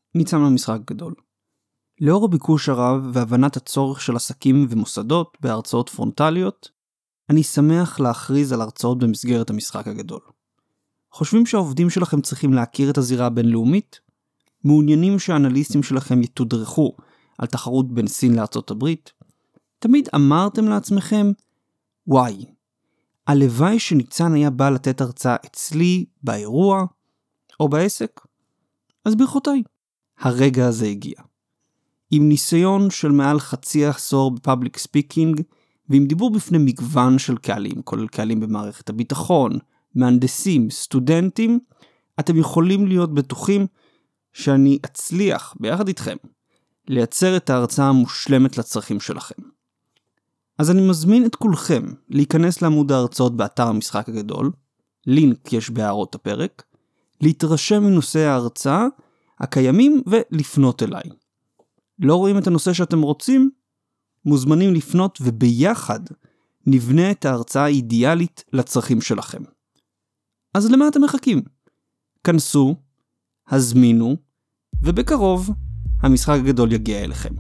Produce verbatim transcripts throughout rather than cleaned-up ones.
ניצן למשחק גדול. לאור הביקוש הרב והבנת הצורך של עסקים ומוסדות בהרצאות פרונטליות, אני שמח להכריז על הרצאות במסגרת המשחק הגדול. חושבים שהעובדים שלכם צריכים להכיר את הזירה הבינלאומית? מעוניינים שהאנליסטים שלכם יתודרכו על תחרות בין סין לארצות הברית? תמיד אמרתם לעצמכם, וואי, הלוואי שניצן היה בא לתת הרצאה אצלי, באירוע או בעסק? אז ברכותיי, הרגע הזה הגיע. עם ניסיון של מעל חצי עשור בפאבליק ספיקינג, ועם דיבור בפני מגוון של קהלים, כולל קהלים במערכת הביטחון, מהנדסים, סטודנטים, אתם יכולים להיות בטוחים שאני אצליח ביחד איתכם לייצר את ההרצאה המושלמת לצרכים שלכם. אז אני מזמין את כולכם להיכנס לעמוד ההרצאות באתר המשחק הגדול, לינק יש בהערות הפרק, להתרשם מנושאי ההרצאה הקיימים ולפנות אליי. לא רואים את הנושא שאתם רוצים? מוזמנים לפנות וביחד נבנה את ההרצאה האידיאלית לצרכים שלכם. אז למה אתם מחכים? כנסו, הזמינו, ובקרוב המשחק הגדול יגיע אליכם.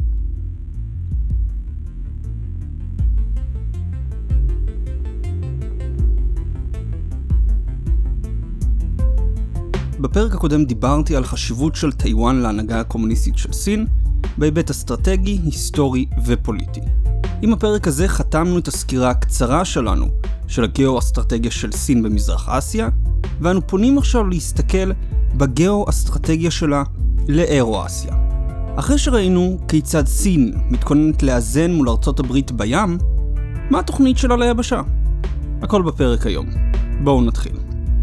בפרק הקודם דיברתי על חשיבות של טיואן להנהגה הקומוניסטית של סין, בהיבט אסטרטגי, היסטורי ופוליטי. עם הפרק הזה חתמנו את הסקירה הקצרה שלנו של הגאו-אסטרטגיה של סין במזרח אסיה, ואנו פונים עכשיו להסתכל בגאו-אסטרטגיה שלה לאירו-אסיה. אחרי שראינו כיצד סין מתכוננת לאזן מול ארצות הברית בים, מה התוכנית שלה ליבשה? הכל בפרק היום. בואו נתחיל.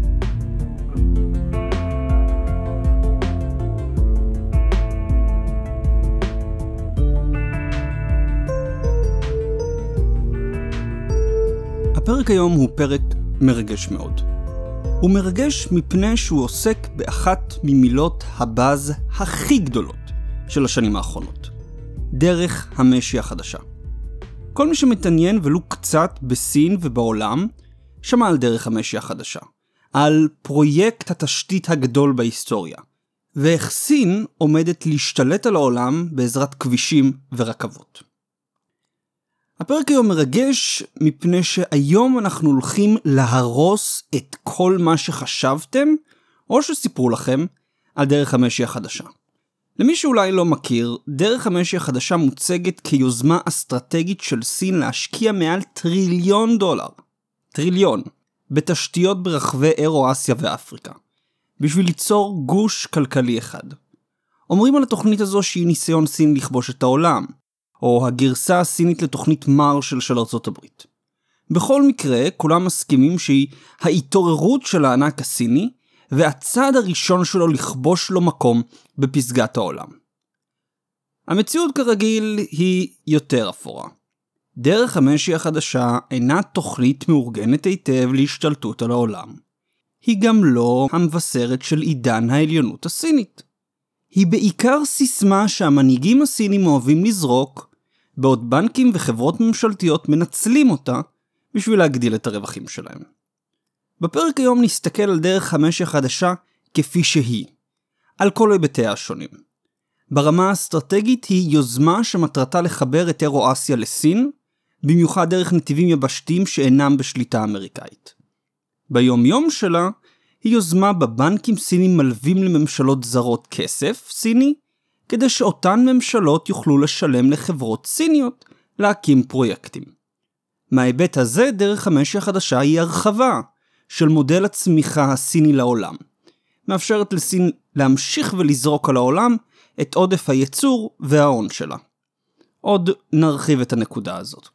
הפרק היום הוא פרק מרגש מאוד. הוא מרגש מפני שהוא עוסק באחת ממילות הבאז הכי גדולות של השנים האחרונות. דרך המשי החדשה. כל מי שמתעניין ולו קצת בסין ובעולם, שמע על דרך המשי החדשה. על פרויקט התשתית הגדול בהיסטוריה. ואיך סין עומדת להשתלט על העולם בעזרת כבישים ורכבות. הפרק היום מרגש מפני שהיום אנחנו הולכים להרוס את כל מה שחשבתם או שסיפרו לכם על דרך המשי החדשה. למי שאולי לא מכיר, דרך המשי החדשה מוצגת כיוזמה אסטרטגית של סין להשקיע מעל טריליון דולר, טריליון, בתשתיות ברחבי אירו-אסיה ואפריקה, בשביל ליצור גוש כלכלי אחד. אומרים על התוכנית הזו שהיא ניסיון סין לכבוש את העולם, או הגרסה הסינית לתוכנית מרשל של ארצות הברית. בכל מקרה, כולם מסכימים שהיא ההתעוררות של הענק הסיני, והצעד הראשון שלו לכבוש לו מקום בפסגת העולם. המציאות כרגיל היא יותר אפורה. דרך המשי החדשה אינה תוכנית מאורגנת היטב להשתלטות על העולם. היא גם לא המבשרת של עידן העליונות הסינית. היא בעיקר סיסמה שהמנהיגים הסינים אוהבים לזרוק, בעוד בנקים וחברות ממשלתיות מנצלים אותה בשביל להגדיל את הרווחים שלהם. בפרק היום נסתכל על דרך המשי החדשה כפי שהיא, על כל היבטיה השונים. ברמה האסטרטגית היא יוזמה שמטרתה לחבר את אירו-אסיה לסין, במיוחד דרך נתיבים יבשתיים שאינם בשליטה אמריקאית. ביום יום שלה היא יוזמה בבנקים סינים מלווים לממשלות זרות כסף סיני, כדי שאותן ממשלות יוכלו לשלם לחברות סיניות להקים פרויקטים. מההיבט הזה, דרך המשי החדשה היא הרחבה של מודל הצמיחה הסיני לעולם. מאפשרת לסין להמשיך ולזרוק על העולם את עודף הייצור וההון שלה. עוד נרחיב את הנקודה הזאת.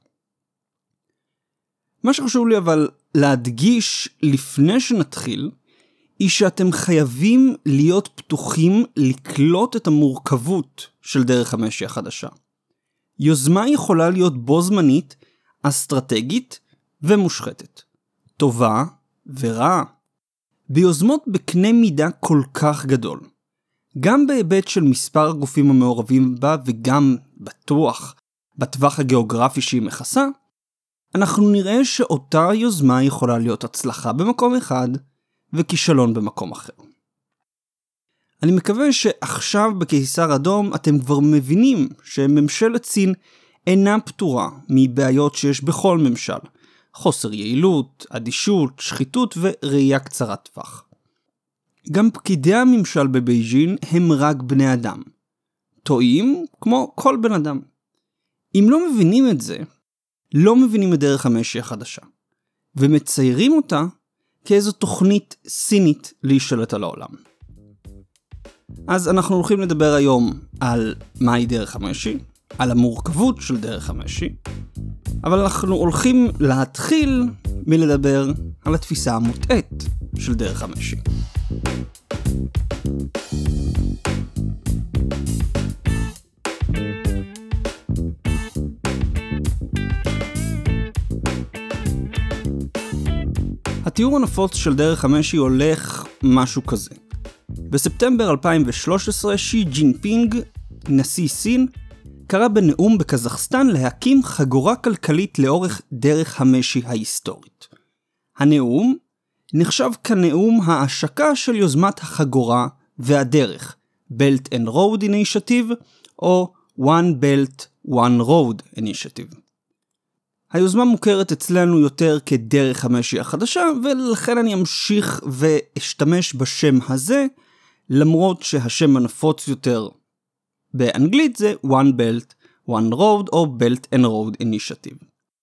מה שחשוב לי אבל להדגיש לפני שנתחיל, היא שאתם חייבים להיות פתוחים לקלוט את המורכבות של דרך המשי החדשה. יוזמה יכולה להיות בו זמנית, אסטרטגית ומושחתת. טובה ורעה. ביוזמות בקנה מידה כל כך גדול. גם בהיבט של מספר הגופים המעורבים בה וגם בטוח בטווח הגיאוגרפי שהיא מכסה, אנחנו נראה שאותה יוזמה יכולה להיות הצלחה במקום אחד וכישלון במקום אחר. אני מקווה שעכשיו בקיסר אדום אתם כבר מבינים שממשלת סין אינה פתורה מבעיות שיש בכל ממשל. חוסר יעילות, אדישות, שחיתות וראייה קצרת טווח. גם פקידי הממשל בבייג'ין הם רק בני אדם. טועים כמו כל בן אדם. אם לא מבינים את זה, לא מבינים את דרך המשי החדשה. ומציירים אותה כאיזו תוכנית סינית להשתלט על העולם. אז אנחנו הולכים לדבר היום על מהי דרך המשי, על המורכבות של דרך המשי, אבל אנחנו הולכים להתחיל מלדבר על התפיסה המוטעית של דרך המשי. התיאור הנפוץ של דרך המשי הולך משהו כזה. בספטמבר אלפיים ושלוש עשרה שי ג'ינפינג, נשיא סין, קרא בנאום בקזחסטן להקים חגורה כלכלית לאורך דרך המשי ההיסטורית. הנאום נחשב כנאום ההשקה של יוזמת החגורה והדרך, Belt and Road Initiative או One Belt One Road Initiative. היוזמה מוכרת אצלנו יותר כדרך המשי החדשה, ולכן אני אמשיך ואשתמש בשם הזה, למרות שהשם הנפוץ יותר באנגלית זה One Belt One Road או Belt and Road Initiative.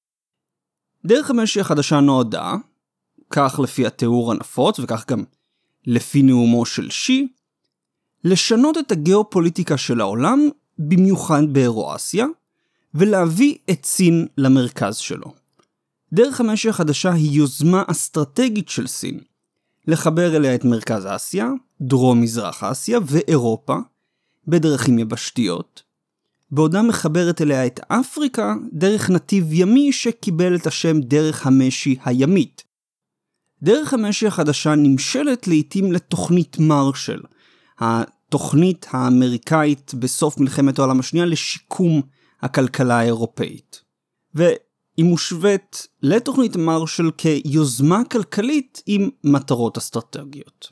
דרך המשי החדשה נועדה, כך לפי התיאור הנפוץ וכך גם לפי נאומו של שי, לשנות את הגיאופוליטיקה של העולם, במיוחד באירואסיה, ולהביא את סין למרכז שלו. דרך המשי החדשה היא יוזמה אסטרטגית של סין, לחבר אליה את מרכז אסיה, דרום מזרח אסיה ואירופה, בדרכים יבשתיות, בעודה מחברת אליה את אפריקה דרך נתיב ימי שקיבל את השם דרך המשי הימית. דרך המשי החדשה נמשלת לעתים לתוכנית מרשל, התוכנית האמריקאית בסוף מלחמת העולם השנייה לשיקום הכלכלה האירופאית. והיא מושווית לתוכנית מרשל כיוזמה כלכלית עם מטרות אסטרטגיות.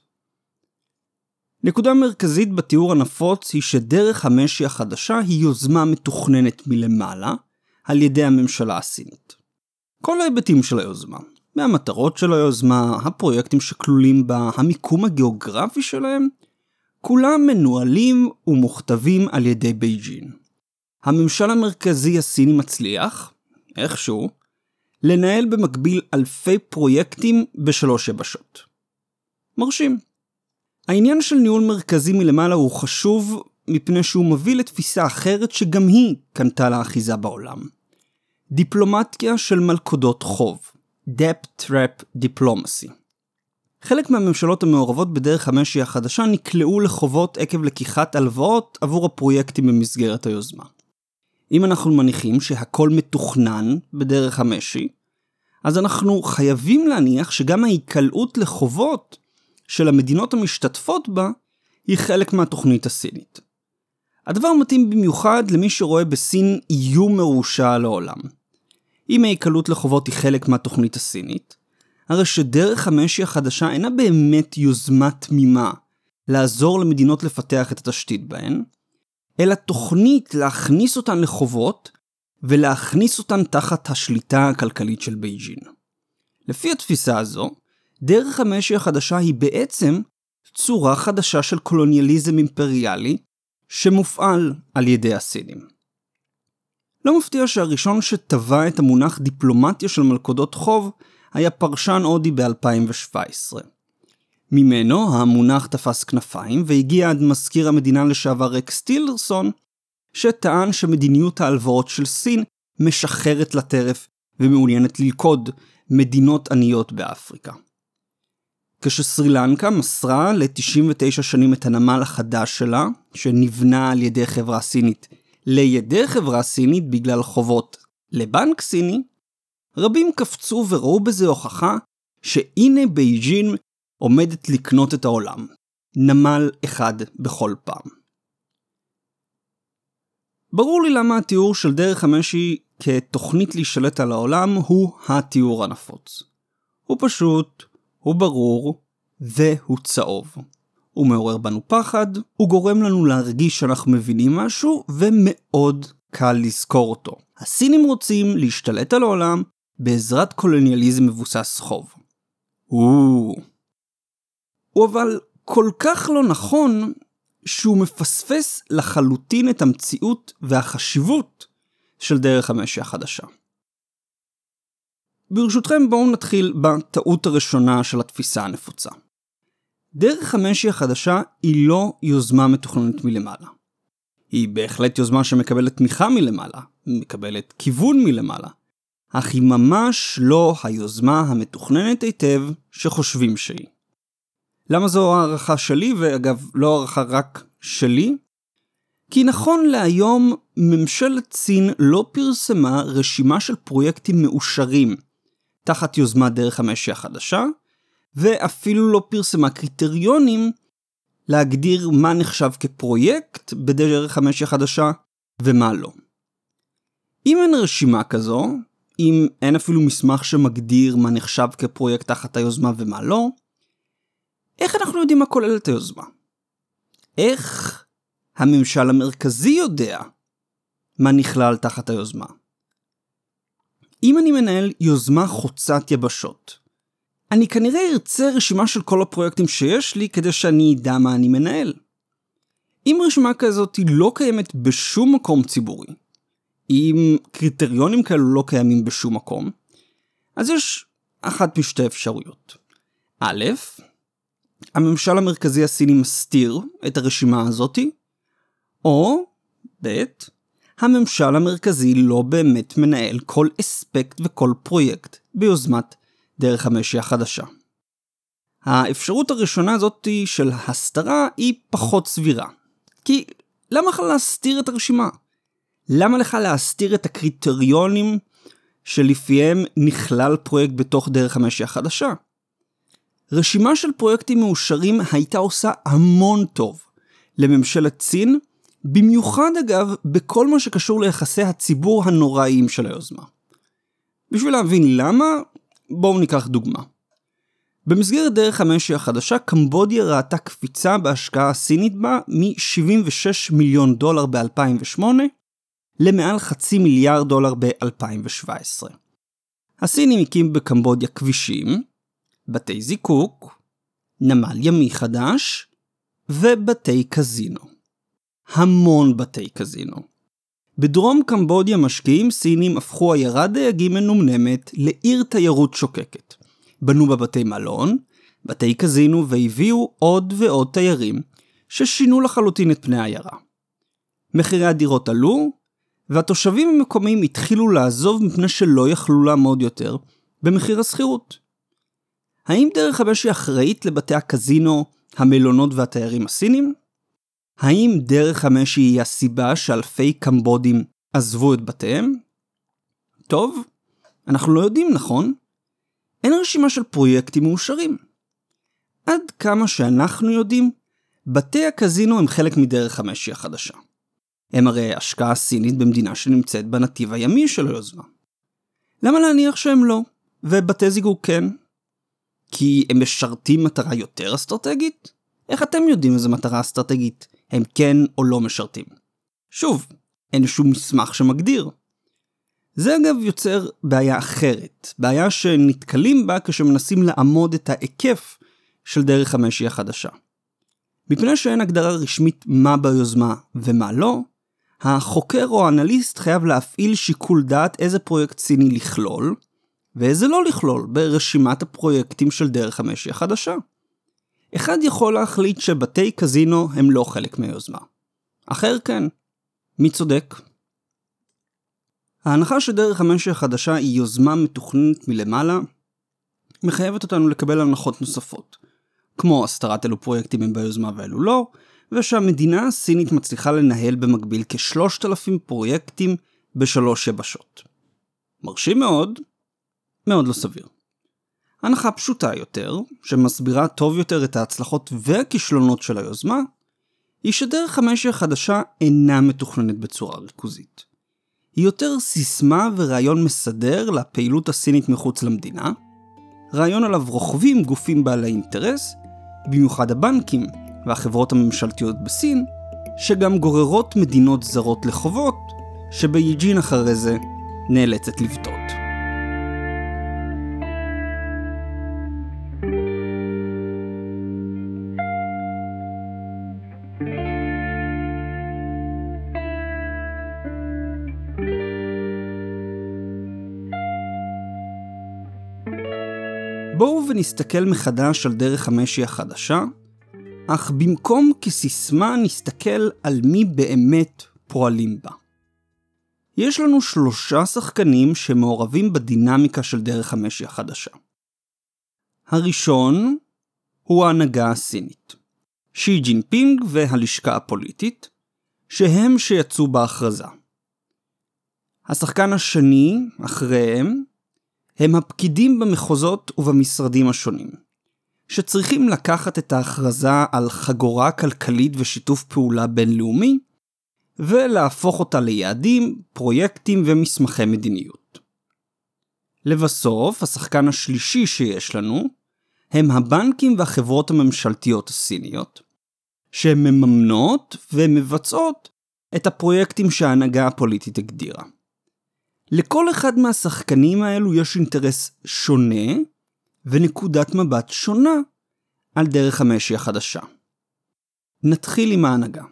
נקודה מרכזית בתיאור הנפוץ היא שדרך המשי החדשה היא יוזמה מתוכננת מלמעלה על ידי הממשלה הסינית. כל ההיבטים של היוזמה, מהמטרות של היוזמה, הפרויקטים שכלולים בה, המיקום הגיאוגרפי שלהם, כולם מנוהלים ומוכתבים על ידי בייג'ין. הממשל המרכזי הסיני מצליח, איכשהו, לנהל במקביל אלפי פרויקטים בשלוש יבשות. מרשים. העניין של ניהול מרכזי מלמעלה הוא חשוב מפני שהוא מביא לתפיסה אחרת שגם היא קנתה לה אחיזה בעולם. דיפלומטיה של מלכודות חוב. Debt Trap Diplomacy. חלק מהממשלות המעורבות בדרך המשי החדשה נקלעו לחובות עקב לקיחת הלוואות עבור הפרויקטים במסגרת היוזמה. אם אנחנו מניחים שהכל מתוכנן בדרך המשי, אז אנחנו חייבים להניח שגם ההיקלעות לחובות של המדינות המשתתפות בה היא חלק מהתוכנית הסינית. הדבר מתאים במיוחד למי שרואה בסין איום מרושע על העולם. אם ההיקלעות לחובות היא חלק מהתוכנית הסינית, הרי שדרך המשי החדשה אינה באמת יוזמה תמימה לעזור למדינות לפתח את התשתית בהן, אלא תוכנית להכניס אותן לחובות ולהכניס אותן תחת השליטה הכלכלית של בייג'ין. לפי התפיסה הזו, דרך המשי החדשה היא בעצם צורה חדשה של קולוניאליזם אימפריאלי שמופעל על ידי הסינים. לא מפתיע שהראשון שטבע את המונח דיפלומטיה של מלכודות חוב היה פרשן הודי ב-אלפיים שבע עשרה. ממנו המונח תפס כנפיים והגיע עד מזכיר המדינה לשעבר רקס טילרסון, שטען שמדיניות ההלוואות של סין משחררת לטרף ומעוניינת ללכוד מדינות עניות באפריקה. כשסרילנקה מסרה ל-תשעים ותשע שנים את הנמל החדש שלה, שנבנה על ידי חברה סינית לידי חברה סינית בגלל חובות לבנק סיני, רבים קפצו וראו בזה הוכחה שהנה בייג'ין עומדת לקנות את העולם, נמל אחד בכל פעם. ברור לי למה התיאור של דרך המשי כתוכנית להשתלט על העולם הוא התיאור הנפוץ. הוא פשוט, הוא ברור, והוא צהוב. הוא מעורר בנו פחד, הוא גורם לנו להרגיש שאנחנו מבינים משהו, ומאוד קל לזכור אותו. הסינים רוצים להשתלט על העולם בעזרת קולוניאליזם מבוסס חוב. הוא אבל כל כך לא נכון שהוא מפספס לחלוטין את המציאות והחשיבות של דרך המשי החדשה. ברשותכם בואו נתחיל בטעות הראשונה של התפיסה הנפוצה. דרך המשי החדשה היא לא יוזמה מתוכננת מלמעלה. היא בהחלט יוזמה שמקבלת תמיכה מלמעלה, מקבלת כיוון מלמעלה, אך היא ממש לא היוזמה המתוכננת היטב שחושבים שהיא. למה זו הערכה שלי, ואגב לא הערכה רק שלי? כי נכון להיום ממשלת סין לא פרסמה רשימה של פרויקטים מאושרים תחת יוזמת דרך המשי החדשה, ואפילו לא פרסמה קריטריונים להגדיר מה נחשב כפרויקט בדרך המשי החדשה ומה לא. אם אין רשימה כזו, אם אין אפילו מסמך שמגדיר מה נחשב כפרויקט תחת היוזמה ומה לא, איך אנחנו יודעים מה כולל את היוזמה? איך הממשל המרכזי יודע מה נכלל תחת היוזמה? אם אני מנהל יוזמה חוצת יבשות, אני כנראה ארצה רשימה של כל הפרויקטים שיש לי כדי שאני אדע מה אני מנהל. אם רשימה כזאת לא קיימת בשום מקום ציבורי, אם קריטריונים כאלו לא קיימים בשום מקום, אז יש אחת משתי אפשרויות. א', הממשל המרכזי הסיני מסתיר את הרשימה הזאת, או ב', הממשל המרכזי לא באמת מנהל כל אספקט וכל פרויקט ביוזמת דרך המשי החדשה. האפשרות הראשונה הזאת של הסתרה היא פחות סבירה. כי למה לך להסתיר את הרשימה? למה לך להסתיר את הקריטריונים שלפיהם נכלל פרויקט בתוך דרך המשי החדשה? רשימה של פרויקטים מאושרים הייתה עושה המון טוב לממשלת סין, במיוחד אגב בכל מה שקשור ליחסי הציבור הנוראיים של היוזמה. בשביל להבין למה, בואו ניקח דוגמה. במסגרת דרך המשי החדשה, קמבודיה ראתה קפיצה בהשקעה הסינית בה מ-שבעים ושש מיליון דולר ב-אלפיים ושמונה למעל חצי מיליארד דולר ב-אלפיים שבע עשרה. הסינים הקים בקמבודיה כבישים, בתי זיקוק, נמל ימי חדש ובתי קזינו. המון בתי קזינו. בדרום קמבודיה משקיעים סינים הפכו עיירת דייגים מנומנמת לעיר תיירות שוקקת. בנו בבתי מלון, בתי קזינו והביאו עוד ועוד תיירים ששינו לחלוטין את פני העיירה. מחירי הדירות עלו, והתושבים המקומיים התחילו לעזוב מפני שלא יכלו לעמוד יותר במחיר הסחירות. האם דרך המשי אחראית לבתי הקזינו, המלונות והתיירים הסינים? האם דרך המשי היא הסיבה שאלפי קמבודים עזבו את בתיהם? טוב, אנחנו לא יודעים, נכון? אין רשימה של פרויקטים מאושרים. עד כמה שאנחנו יודעים, בתי הקזינו הם חלק מדרך המשי החדשה. הם הרי השקעה סינית במדינה שנמצאת בנתיב הימי של היוזמה. למה להניח שהם לא? ובתי זיגוק כן? כי הם משרתים מטרה יותר אסטרטגית? איך אתם יודעים איזו מטרה אסטרטגית הם כן או לא משרתים? שוב, אין שום מסמך שמגדיר. זה אגב יוצר בעיה אחרת, בעיה שנתקלים בה כשמנסים לעמוד את ההיקף של דרך המשי החדשה. מפני שאין הגדרה רשמית מה ביוזמה ומה לא, החוקר או האנליסט חייב להפעיל שיקול דעת איזה פרויקט סיני לכלול, ואיזה לא לכלול ברשימת הפרויקטים של דרך המשי החדשה. אחד יכול להחליט שבתי קזינו הם לא חלק מהיוזמה. אחר כן. מי צודק? ההנחה שדרך המשי החדשה היא יוזמה מתוכננת מלמעלה, מחייבת אותנו לקבל הנחות נוספות, כמו הסתרת אלו פרויקטים הם ביוזמה ואלו לא, ושהמדינה הסינית מצליחה לנהל במקביל כשלושת אלפים פרויקטים בשלוש יבשות. מרשים מאוד, מאוד לא סביר. הנחה פשוטה יותר, שמסבירה טוב יותר את ההצלחות והכישלונות של היוזמה, היא שדרך המשי החדשה אינה מתוכננת בצורה ריכוזית. היא יותר סיסמה ורעיון מסדר לפעילות הסינית מחוץ למדינה, רעיון עליו רוכבים גופים בעלי אינטרס, במיוחד הבנקים, והחברות הממשלתיות בסין, שגם גוררות מדינות זרות לחובות, שבייג'ין אחרי זה נאלצת לבטות. בואו ונסתכל מחדש על דרך המשי החדשה, אך במקום כסיסמה נסתכל על מי באמת פועלים בה. יש לנו שלושה שחקנים שמעורבים בדינמיקה של דרך המשי החדשה. הראשון הוא ההנהגה הסינית, שי ג'ינפינג והלשכה הפוליטית, שהם שיצאו בהכרזה. השחקן השני, אחריהם, הם הפקידים במחוזות ובמשרדים השונים, שצריכים לקחת את ההכרזה על חגורה כלכלית ושיתוף פעולה בינלאומי, ולהפוך אותה ליעדים, פרויקטים ומסמכי מדיניות. לבסוף, השחקן השלישי שיש לנו, הם הבנקים והחברות הממשלתיות הסיניות, שמממנות ומבצעות את הפרויקטים שההנהגה הפוליטית הגדירה. לכל אחד מהשחקנים האלו יש אינטרס שונה, ונקודת מבט שונה על דרך המשי החדשה. נתחיל עם ההנהגה.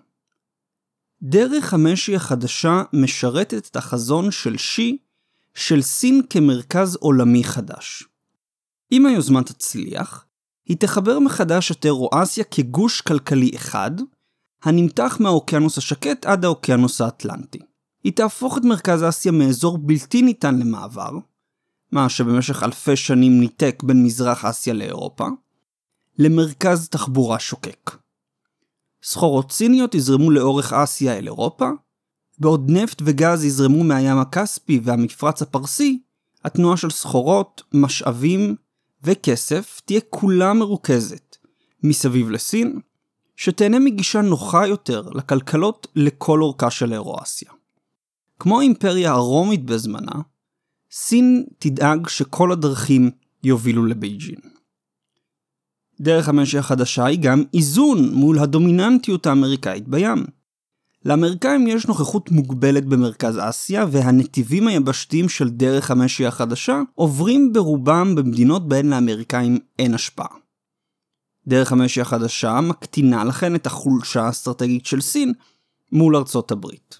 דרך המשי החדשה משרתת את החזון של שי, של סין כמרכז עולמי חדש. אם היוזמה תצליח, היא תחבר מחדש את אירואסיה כגוש כלכלי אחד, הנמתח מהאוקיינוס השקט עד האוקיינוס האטלנטי. היא תהפוך את מרכז אסיה מאזור בלתי ניתן למעבר, מה שבמשך אלפי שנים ניתק בין מזרח אסיה לאירופה, למרכז תחבורה שוקק. סחורות סיניות יזרמו לאורך אסיה אל אירופה, בעוד נפט וגז יזרמו מהים הכספי והמפרץ הפרסי, התנועה של סחורות, משאבים וכסף תהיה כולה מרוכזת מסביב לסין, שתהנה מגישה נוחה יותר לכלכלות לכל אורכה של אירואסיה. כמו האימפריה הרומית בזמנה, סין תדאג שכל הדרכים יובילו לבייג'ין. דרך המשי החדשה היא גם איזון מול הדומיננטיות האמריקאית בים. לאמריקאים יש נוכחות מוגבלת במרכז אסיה, והנתיבים היבשתיים של דרך המשי החדשה עוברים ברובם במדינות בהן לאמריקאים אין השפעה. דרך המשי החדשה מקטינה לכן את החולשה האסטרטגית של סין מול ארצות הברית.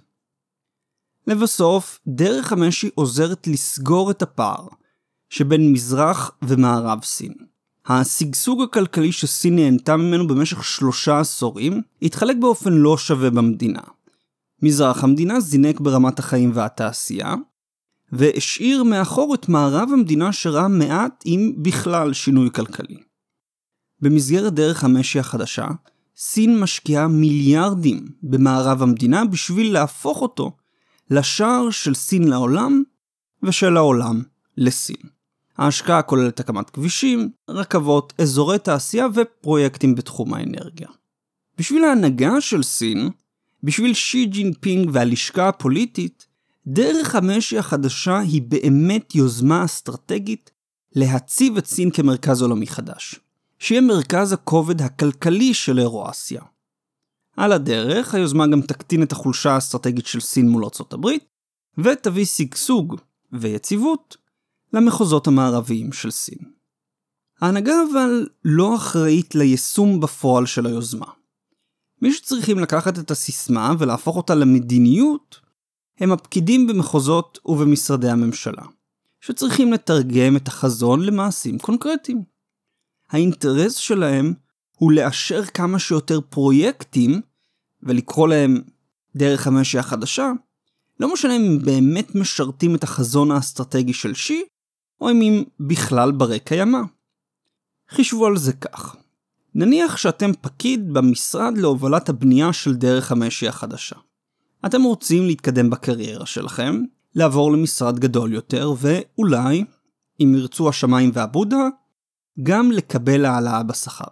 לבסוף, דרך המשי עוזרת לסגור את הפער שבין מזרח ומערב סין. השגשוג הכלכלי שסין נהנתה ממנו במשך שלושה עשורים התחלק באופן לא שווה במדינה. מזרח המדינה זינק ברמת החיים והתעשייה, והשאיר מאחור את מערב המדינה שראה מעט אם בכלל שינוי כלכלי. במסגרת דרך המשי החדשה, סין משקיעה מיליארדים במערב המדינה בשביל להפוך אותו לשער של סין לעולם ושל העולם לסין. ההשקעה כוללת הקמת כבישים, רכבות, אזורי תעשייה ופרויקטים בתחום האנרגיה. בשביל ההנהגה של סין, בשביל שי ג'ינפינג והלשכה הפוליטית, דרך המשי החדשה היא באמת יוזמה אסטרטגית להציב את סין כמרכז עולמי חדש, שיהיה מרכז הכובד הכלכלי של אירואסיה. על הדרך, היוזמה גם תקטין את החולשה האסטרטגית של סין מול ארצות הברית, ותביא שגשוג ויציבות למחוזות המערביים של סין. ההנהגה אבל לא אחראית ליישום בפועל של היוזמה. מי שצריכים לקחת את הסיסמה ולהפוך אותה למדיניות, הם הפקידים במחוזות ובמשרדי הממשלה, שצריכים לתרגם את החזון למעשים קונקרטיים. האינטרס שלהם הוא לאשר כמה שיותר פרויקטים, ולקרוא להם דרך המשי החדשה, לא משנה אם באמת משרתים את החזון האסטרטגי של שי, או אם הם בכלל ברי קיימא. חישבו על זה כך. נניח שאתם פקיד במשרד להובלת הבנייה של דרך המשי החדשה. אתם רוצים להתקדם בקריירה שלכם, לעבור למשרד גדול יותר, ואולי, אם ירצו השמיים והבודה, גם לקבל העלאה בשכר.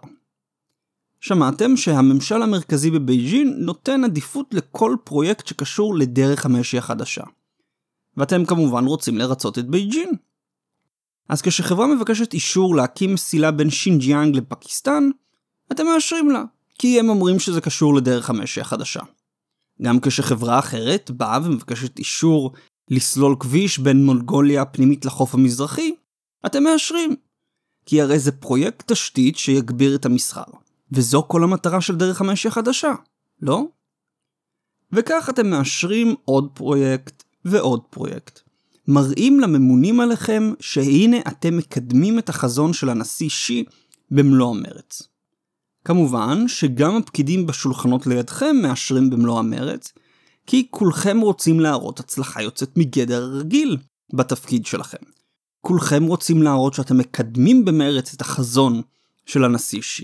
שמעתם שהממשל המרכזי בבייג'ין נותן עדיפות לכל פרויקט שקשור לדרך המשי החדשה. ואתם כמובן רוצים לרצות את בייג'ין. אז כשחברה מבקשת אישור להקים מסילה בין שינג'יאנג לפקיסטן, אתם מאשרים לה, כי הם אומרים שזה קשור לדרך המשי החדשה. גם כשחברה אחרת באה ומבקשת אישור לסלול כביש בין מונגוליה הפנימית לחוף המזרחי, אתם מאשרים. כי הרי זה פרויקט תשתית שיגביר את המסחר. וזו כל המטרה של דרך המשי החדשה, לא? וכך אתם מאשרים עוד פרויקט ועוד פרויקט. מראים לממונים עליכם שהנה אתם מקדמים את החזון של הנשיא שי במלוא המרץ. כמובן שגם הפקידים בשולחנות לידכם מאשרים במלוא המרץ, כי כולכם רוצים להראות הצלחה יוצאת מגדר הרגיל בתפקיד שלכם. כולכם רוצים להראות שאתם מקדמים במרץ את החזון של הנשיא שי.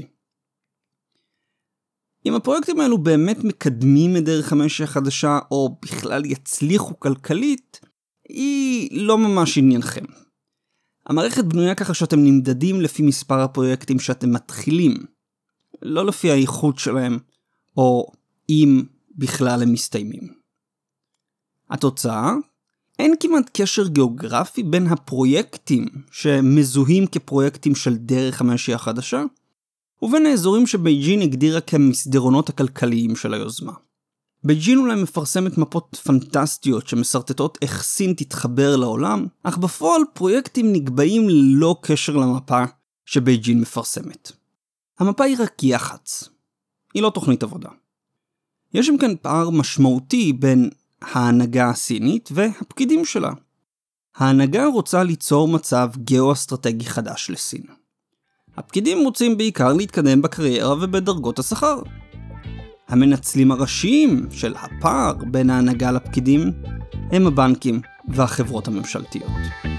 אם הפרויקטים האלו באמת מקדמים את דרך המשי החדשה, או בכלל יצליחו כלכלית, היא לא ממש עניינכם. המערכת בנויה ככה שאתם נמדדים לפי מספר הפרויקטים שאתם מתחילים, לא לפי האיכות שלהם, או אם בכלל הם מסתיימים. התוצאה, אין כמעט קשר גיאוגרפי בין הפרויקטים שמזוהים כפרויקטים של דרך המשי החדשה, ובין האזורים שבייג'ין הגדירה כמסדרונות הכלכליים של היוזמה. בייג'ין אולי מפרסמת מפות פנטסטיות שמסרטטות איך סין תתחבר לעולם, אך בפועל פרויקטים נקבעים ללא קשר למפה שבייג'ין מפרסמת. המפה היא רק יח"צ, היא לא תוכנית עבודה. יש שם כאן פער משמעותי בין ההנהגה הסינית והפקידים שלה. ההנהגה רוצה ליצור מצב גיאו-אסטרטגי חדש לסין. הפקידים רוצים בעיקר להתקדם בקריירה ובדרגות השכר. המנצלים הראשיים של הפער בין ההנהגה לפקידים הם הבנקים והחברות הממשלתיות.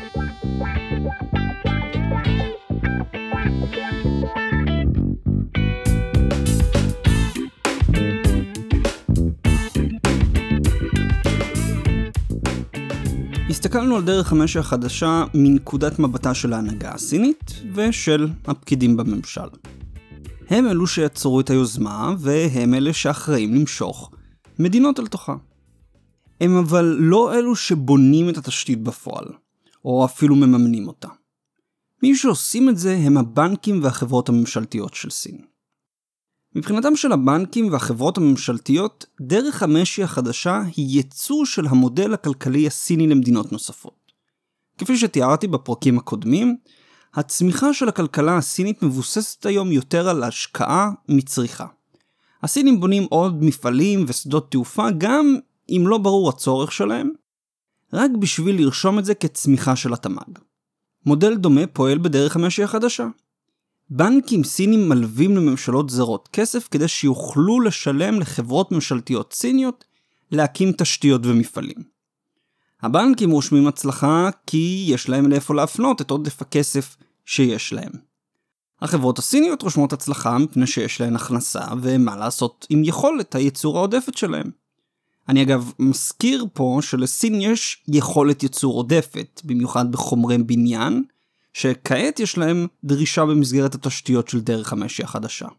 הסתכלנו על דרך המשי החדשה מנקודת מבטה של ההנהגה הסינית ושל הפקידים בממשל. הם אלו שיצרו את היוזמה והם אלה שאחראים למשוך מדינות אל תוכה. הם אבל לא אלו שבונים את התשתית בפועל, או אפילו מממנים אותה. מי שעושים את זה הם הבנקים והחברות הממשלתיות של סין. מבחינתם של הבנקים והחברות הממשלתיות, דרך המשי החדשה היא ייצוא של המודל הכלכלי הסיני למדינות נוספות. כפי שתיארתי בפרקים הקודמים, הצמיחה של הכלכלה הסינית מבוססת היום יותר על השקעה מצריכה. הסינים בונים עוד מפעלים ושדות תעופה גם אם לא ברור הצורך שלהם, רק בשביל לרשום את זה כצמיחה של התמ"ג. מודל דומה פועל בדרך המשי החדשה. בנקים סינים מלווים לממשלות זרות כסף כדי שיוכלו לשלם לחברות ממשלתיות סיניות להקים תשתיות ומפעלים. הבנקים רושמים הצלחה כי יש להם לאיפה להפנות את עודף הכסף שיש להם. החברות הסיניות רושמות הצלחה מפני שיש להן הכנסה ומה לעשות עם יכולת הייצור העודפת שלהם. אני אגב מזכיר פה שלסין יש יכולת ייצור עודפת, במיוחד בחומרי בניין, שכעת יש להם דרישה במסגרת התשתיות של דרך המשי החדשה.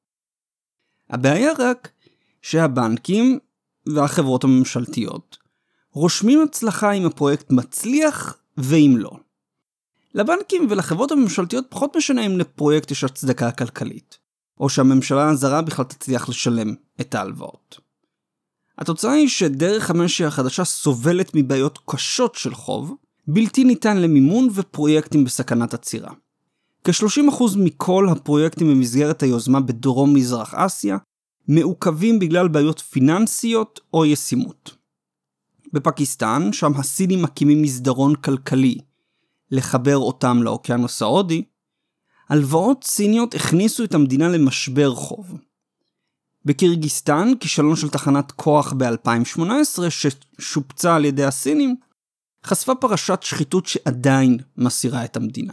הבעיה רק שהבנקים והחברות הממשלתיות רושמים הצלחה אם הפרויקט מצליח ואם לא. לבנקים ולחברות הממשלתיות פחות משנה אם לפרויקט יש הצדקה כלכלית, או שהממשלה הזרה בכלל תצליח לשלם את ההלוואות. התוצאה היא שדרך המשי החדשה סובלת מבעיות קשות של חוב, בלתי ניתן למימון ופרויקטים בסכנת עצירה. כ-שלושים אחוז מכל הפרויקטים במסגרת היוזמה בדרום מזרח אסיה מעוכבים בגלל בעיות פיננסיות או ישימות. בפקיסטן, שם הסינים מקימים מסדרון כלכלי לחבר אותם לאוקיינוס ההודי, הלוואות סיניות הכניסו את המדינה למשבר חוב. בקירגיסטן, כישלון של תחנת כוח ב-אלפיים שמונה עשרה ששופצה על ידי הסינים, חשפה פרשת שחיתות שעדיין מסירה את המדינה.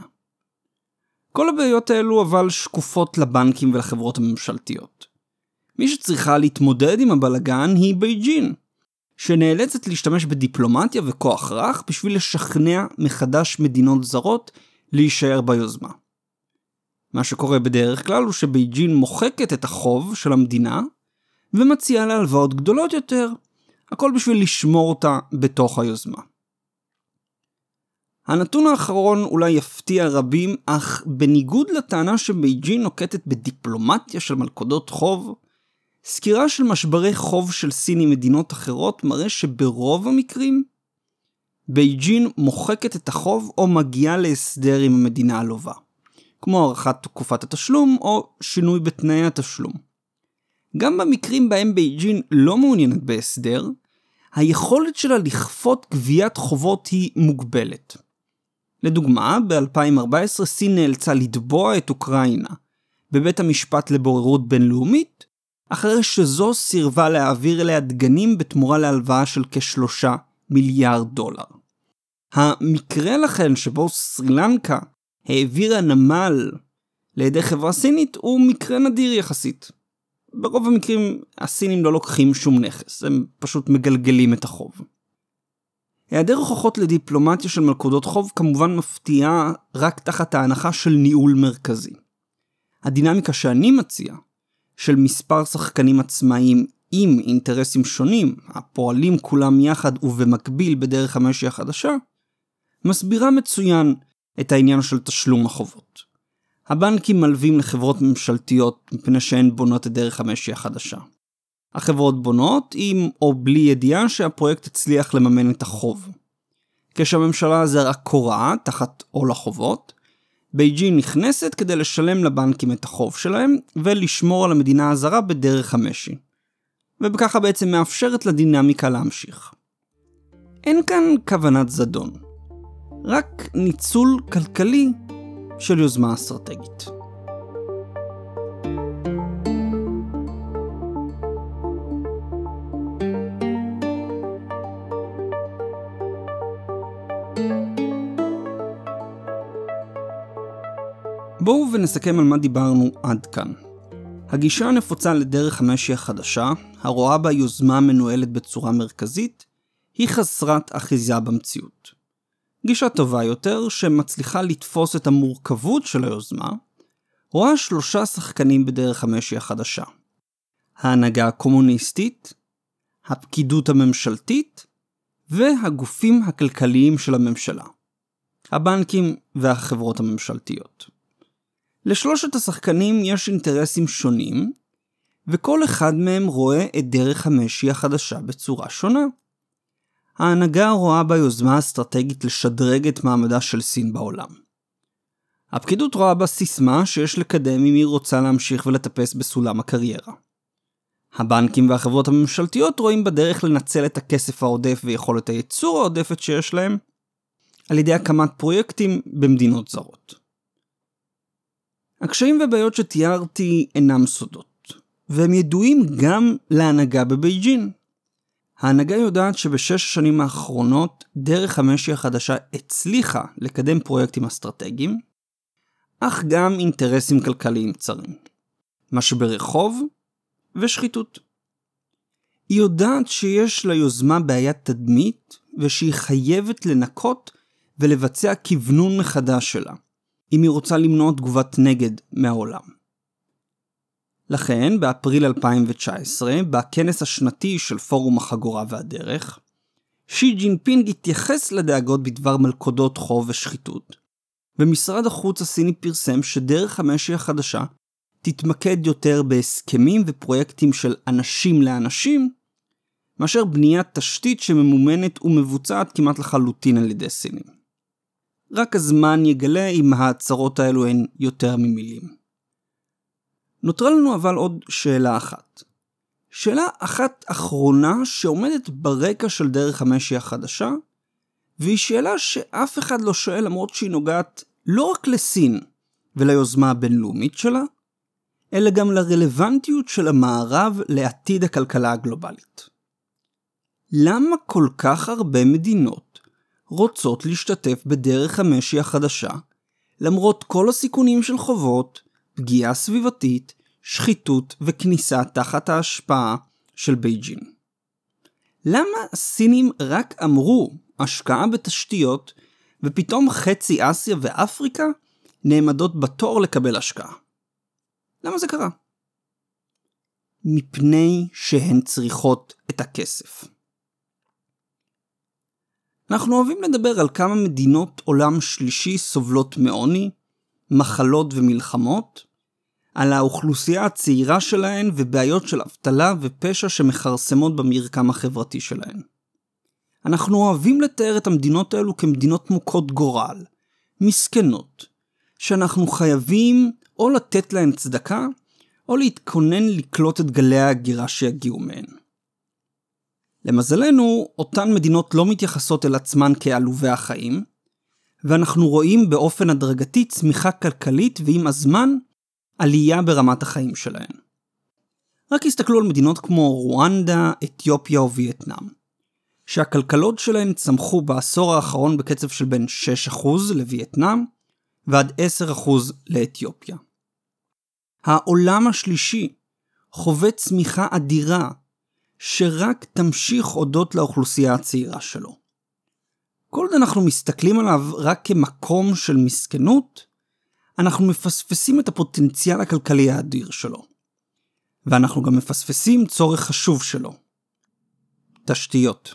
כל הבעיות האלו אבל שקופות לבנקים ולחברות הממשלתיות. מי שצריכה להתמודד עם הבלגן היא בייג'ין, שנאלצת להשתמש בדיפלומטיה וכוח רך בשביל לשכנע מחדש מדינות זרות להישאר ביוזמה. מה שקורה בדרך כלל הוא שבייג'ין מוחקת את החוב של המדינה ומציעה לה הלוואות גדולות יותר, הכל בשביל לשמור אותה בתוך היוזמה. הנתון האחרון אולי יפתיע רבים, אך בניגוד לטענה שבייג'ין נוקטת בדיפלומטיה של מלכודות חוב, סקירה של משברי חוב של סין עם מדינות אחרות מראה שברוב המקרים, בייג'ין מוחקת את החוב או מגיעה להסדר עם המדינה הלווה, כמו הארכת תקופת התשלום או שינוי בתנאי התשלום. גם במקרים בהם בייג'ין לא מעוניינת בהסדר, היכולת שלה לכפות גביית חובות היא מוגבלת. לדוגמה, ב-אלפיים וארבע עשרה סין נאלצה לתבוע את אוקראינה בבית המשפט לבוררות בינלאומית, אחרי שזו סירבה להעביר אליה דגנים בתמורה להלוואה של כשלושה מיליארד דולר. המקרה לכן שבו סרילנקה העבירה נמל לידי חברה סינית הוא מקרה נדיר יחסית. ברוב המקרים הסינים לא לוקחים שום נכס, הם פשוט מגלגלים את החוב. היעדר הוכחות לדיפלומטיה של מלכודות חוב כמובן מפתיעה רק תחת ההנחה של ניהול מרכזי. הדינמיקה שאני מציע, של מספר שחקנים עצמאיים עם אינטרסים שונים, הפועלים כולם יחד ובמקביל בדרך המשי החדשה, מסבירה מצוין את העניין של תשלום החובות. הבנקים מלווים לחברות ממשלתיות מפני שהן בונות את דרך המשי החדשה. החברות בונות עם או בלי ידיעה שהפרויקט הצליח לממן את החוב. כשהממשלה זרה קוראה תחת עול החובות, בייג'ין נכנסת כדי לשלם לבנקים את החוב שלהם ולשמור על המדינה הזרה בדרך המשי. ובככה בעצם מאפשרת לדינמיקה להמשיך. אין כאן כוונת זדון, רק ניצול כלכלי של יוזמה אסטרטגית. בואו ונסכם על מה דיברנו עד כאן. הגישה הנפוצה לדרך המשי החדשה, הרואה בה יוזמה מנוהלת בצורה מרכזית, היא חסרת אחיזה במציאות. גישה טובה יותר, שמצליחה לתפוס את המורכבות של היוזמה, רואה שלושה שחקנים בדרך המשי החדשה. ההנהגה הקומוניסטית, הפקידות הממשלתית, והגופים הכלכליים של הממשלה. הבנקים והחברות הממשלתיות. לשלושת השחקנים יש אינטרסים שונים, וכל אחד מהם רואה את דרך המשי החדשה בצורה שונה. ההנהגה רואה ביוזמה האסטרטגית לשדרג את מעמדה של סין בעולם. הפקידות רואה בה סיסמה שיש לקדם אם היא רוצה להמשיך ולטפס בסולם הקריירה. הבנקים והחברות הממשלתיות רואים בדרך לנצל את הכסף העודף ויכולת הייצור העודפת שיש להם, על ידי הקמת פרויקטים במדינות זרות. הקשיים ובעיות שתיארתי אינם סודות, והם ידועים גם להנהגה בבייג'ין. ההנהגה יודעת שבשש השנים האחרונות דרך המשי החדשה הצליחה לקדם פרויקטים אסטרטגיים, אך גם אינטרסים כלכליים צרים, משברי חוב ושחיתות. היא יודעת שיש ליוזמה בעיית תדמית ושהיא חייבת לנקות ולבצע כיוונון מחדש שלה, אם היא רוצה למנוע תגובת נגד מהעולם. לכן, באפריל אלפיים תשע עשרה, בכנס השנתי של פורום החגורה והדרך, שי ג'ינפינג התייחס לדאגות בדבר מלכודות חוב ושחיתות, ומשרד החוץ הסיני פרסם שדרך המשי החדשה תתמקד יותר בהסכמים ופרויקטים של אנשים לאנשים, מאשר בניית תשתית שממומנת ומבוצעת כמעט לחלוטין על ידי סינים. רק הזמן יגלה אם ההצהרות האלו הן יותר ממילים. נותרה לנו אבל עוד שאלה אחת. שאלה אחת אחרונה שעומדת ברקע של דרך המשי החדשה, והיא שאלה שאף אחד לא שואל למרות שהיא נוגעת לא רק לסין וליוזמה הבינלאומית שלה, אלא גם לרלוונטיות של המערב לעתיד הכלכלה הגלובלית. למה כל כך הרבה מדינות רוצות להשתתף בדרך המשי החדשה, למרות כל הסיכונים של חובות, פגיעה סביבתית, שחיתות וכניסה תחת ההשפעה של בייג'ין? למה הסינים רק אמרו השקעה בתשתיות, ופתאום חצי אסיה ואפריקה נעמדות בתור לקבל השקעה? למה זה קרה? מפני שהן צריכות את הכסף. אנחנו אוהבים לדבר על כמה מדינות עולם שלישי סובלות מעוני, מחלות ומלחמות, על האוכלוסייה הצעירה שלהן ובעיות של אבטלה ופשע שמחרסמות במרקם החברתי שלהן. אנחנו אוהבים לתאר את המדינות האלו כמדינות מוכות גורל, מסכנות, שאנחנו חייבים או לתת להן צדקה, או להתכונן לקלוט את גלי ההגירה שיגיעו מהן. למזלנו, אותן מדינות לא מתייחסות אל עצמן כעלובי החיים, ואנחנו רואים באופן הדרגתי צמיחה כלכלית ועם הזמן עלייה ברמת החיים שלהן. רק הסתכלו על מדינות כמו רואנדה, אתיופיה ווייטנאם, שהכלכלות שלהן צמחו בעשור האחרון בקצב של בין שש אחוז לווייטנאם ועד עשרה אחוז לאתיופיה. העולם השלישי חווה צמיחה אדירה שרק תמשיך הודות לאוכלוסייה הצעירה שלו. כל עוד אנחנו מסתכלים עליו רק כמקום של מסכנות, אנחנו מפספסים את הפוטנציאל הכלכלי האדיר שלו. ואנחנו גם מפספסים צורך חשוב שלו. תשתיות.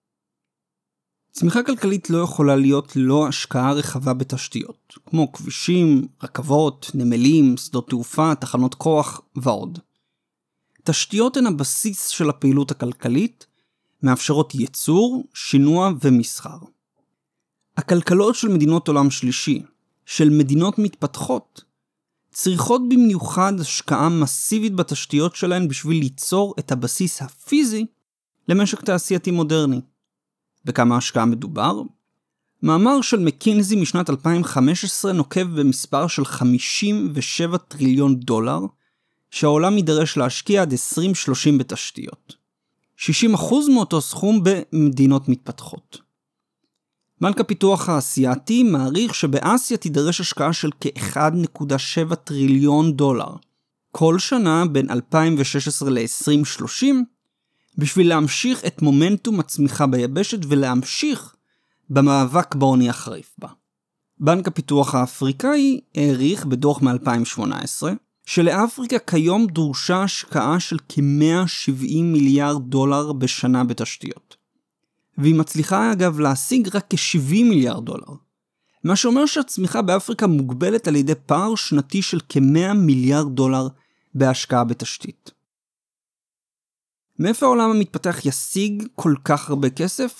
צמיחה כלכלית לא יכולה להיות ללא השקעה רחבה בתשתיות, כמו כבישים, רכבות, נמלים, שדות תעופה, תחנות כוח ועוד. תשתיות הן הבסיס של הפעילות הכלכלית, מאפשרות ייצור, שינוע ומסחר. הכלכלות של מדינות עולם שלישי, של מדינות מתפתחות, צריכות במיוחד השקעה מסיבית בתשתיות שלהן בשביל ליצור את הבסיס הפיזי למשק תעשייתי מודרני. וכמה השקעה מדובר? מאמר של מקינזי משנת אלפיים וחמש עשרה נוקב במספר של חמישים ושבעה טריליון דולר, שהעולם יידרש להשקיע עד עשרים שלושים בתשתיות. שישים אחוז מאותו סכום במדינות מתפתחות. בנק הפיתוח האסייתי מעריך שבאסיה תידרש השקעה של כ-אחד נקודה שבע טריליון דולר, כל שנה בין אלפיים ושש עשרה ל-עשרים שלושים, בשביל להמשיך את מומנטום הצמיחה ביבשת ולהמשיך במאבק בעוני החריף בה. בנק הפיתוח האפריקאי העריך בדוח מ-אלפיים שמונה עשרה, שלאפריקה כיום דרושה השקעה של כ-מאה ושבעים מיליארד דולר בשנה בתשתיות. והיא מצליחה אגב להשיג רק כ-שבעים מיליארד דולר. מה שאומר שהצמיחה באפריקה מוגבלת על ידי פער שנתי של כ-מאה מיליארד דולר בהשקעה בתשתית. מאיפה העולם המתפתח ישיג כל כך הרבה כסף?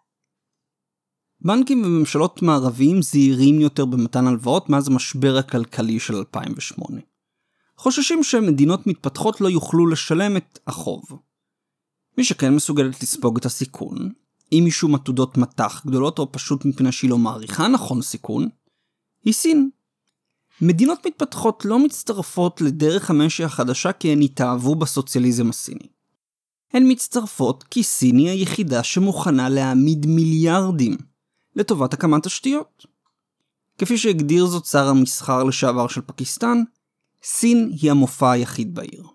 בנקים וממשלות מערביים זהירים יותר במתן הלוואות מאז המשבר הכלכלי של אלפיים ושמונה. חוששים שמדינות מתפתחות לא יוכלו לשלם את החוב. מי שכן מסוגלת לספוג את הסיכון, אם משום עתודות מתח גדולות או פשוט מפני שהיא לא מעריכה נכון סיכון, היא סין. מדינות מתפתחות לא מצטרפות לדרך המשי החדשה כי הן התאהבו בסוציאליזם הסיני. הן מצטרפות כי סין היא היחידה שמוכנה להעמיד מיליארדים לטובת הקמת תשתיות. כפי שהגדיר זאת שר המסחר לשעבר של פקיסטן, סין היא המופע היחיד בעיר.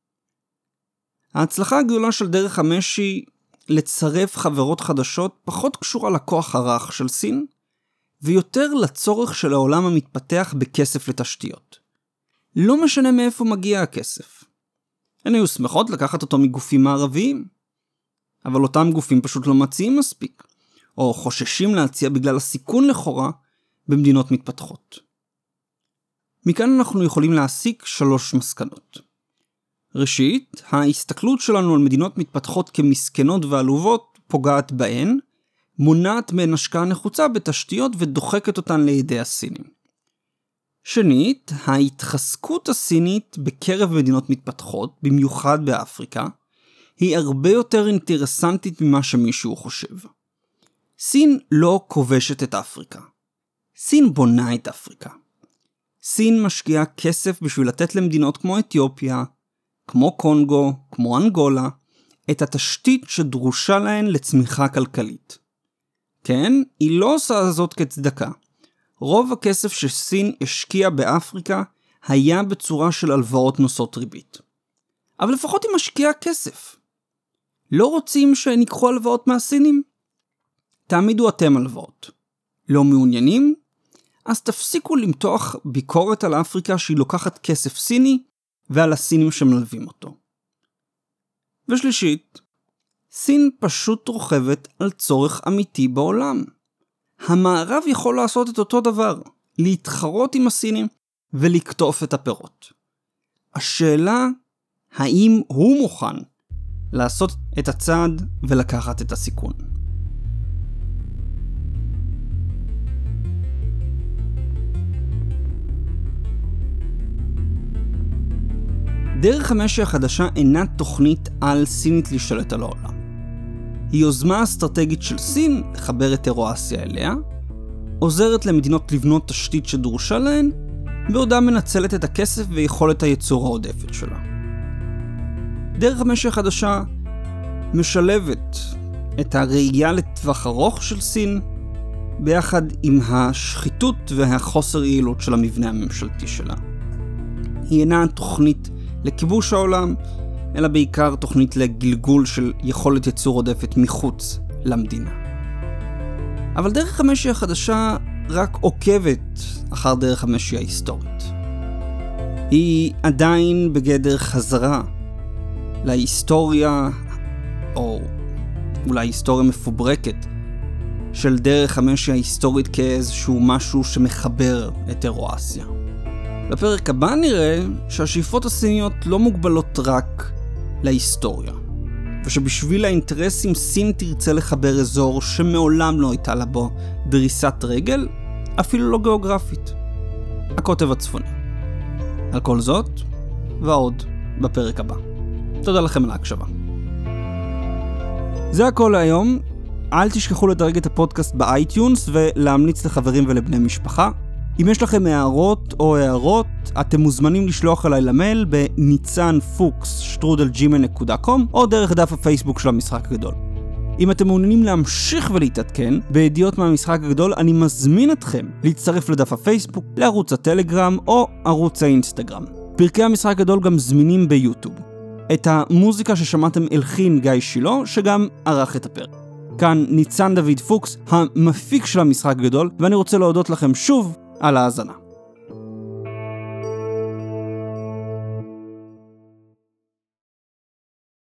ההצלחה הגדולה של דרך המשי לצרף חברות חדשות פחות קשורה לכוח הרך של סין, ויותר לצורך של העולם המתפתח בכסף לתשתיות. לא משנה מאיפה מגיע הכסף. הן היו שמחות לקחת אותו מגופים מערביים, אבל אותם גופים פשוט לא מציעים מספיק, או חוששים להציע בגלל הסיכון לכאורה במדינות מתפתחות. מכאן אנחנו יכולים להסיק שלוש מסקנות. ראשית, ההסתכלות שלנו על מדינות מתפתחות כמסכנות ועלובות פוגעת בהן, מונעת מהן השקעה נחוצה בתשתיות ודוחקת אותן לידי הסינים. שנית, ההתחזקות הסינית בקרב מדינות מתפתחות, במיוחד באפריקה, היא הרבה יותר אינטרסנטית ממה שמישהו חושב. סין לא כובשת את אפריקה. סין בונה את אפריקה. סין משקיעה כסף בשביל לתת למדינות כמו אתיופיה, כמו קונגו, כמו אנגולה, את התשתית שדרושה להן לצמיחה כלכלית. כן, היא לא עושה זאת כצדקה. רוב הכסף שסין השקיעה באפריקה היה בצורה של הלוואות נושאות ריבית. אבל לפחות היא משקיעה כסף. לא רוצים שניקחו הלוואות מהסינים? תעמידו אתם הלוואות. לא מעוניינים? אז תפסיקו למתוח ביקורת על אפריקה שהיא לוקחת כסף סיני ועל הסינים שמלווים אותו. ושלישית, סין פשוט רוכבת על צורך אמיתי בעולם. המערב יכול לעשות את אותו דבר, להתחרות עם הסינים ולקטוף את הפירות. השאלה, האם הוא מוכן לעשות את הצעד ולקחת את הסיכון? דרך המשי החדשה אינה תוכנית על סינית להשתלט על העולם. היא יוזמה אסטרטגית של סין לחבר את אירואסיה אליה, עוזרת למדינות לבנות תשתית שדרושה להן, בעודה מנצלת את הכסף ויכולת הייצור העודפת שלה. דרך המשי החדשה משלבת את הראייה לטווח ארוך של סין, ביחד עם השחיתות והחוסר יעילות של המבנה הממשלתי שלה. היא אינה תוכנית לכיבוש העולם, אלא בעיקר תוכנית לגלגול של יכולת ייצור עודפת מחוץ למדינה. אבל דרך המשי החדשה רק עוקבת אחר דרך המשי ההיסטורית. היא עדיין בגדר חזרה להיסטוריה, או אולי היסטוריה מפוברקת, של דרך המשי ההיסטורית כאיזשהו משהו שמחבר את אירואסיה. בפרק הבא נראה שהשאיפות הסיניות לא מוגבלות רק להיסטוריה, ושבשביל האינטרסים סין תרצה לחבר אזור שמעולם לא הייתה לה בו דריסת רגל, אפילו לא גיאוגרפית. הקוטב הצפוני. על כל זאת ועוד בפרק הבא. תודה לכם על ההקשבה. זה הכל להיום. אל תשכחו לדרג את הפודקאסט באייטיונס ולהמליץ לחברים ולבני משפחה. אם יש לכם הערות או הערות, אתם מוזמנים לשלוח אליי למייל בניצן פוקס שטרודל ג'ימייל נקודה קום או דרך דף הפייסבוק של המשחק הגדול. אם אתם מעוניינים להמשיך ולהתעדכן בידיעות מהמשחק הגדול, אני מזמין אתכם להצטרף לדף הפייסבוק, לערוץ הטלגרם או ערוץ האינסטגרם. פרקי המשחק הגדול גם זמינים ביוטיוב. את המוזיקה ששמעתם הלחין גיא שילה, שגם ערך את הפרק. כאן ניצן דוד פוקס, המפיק של המשחק הגדול, ואני רוצה להודות לכם שוב על ההאזנה.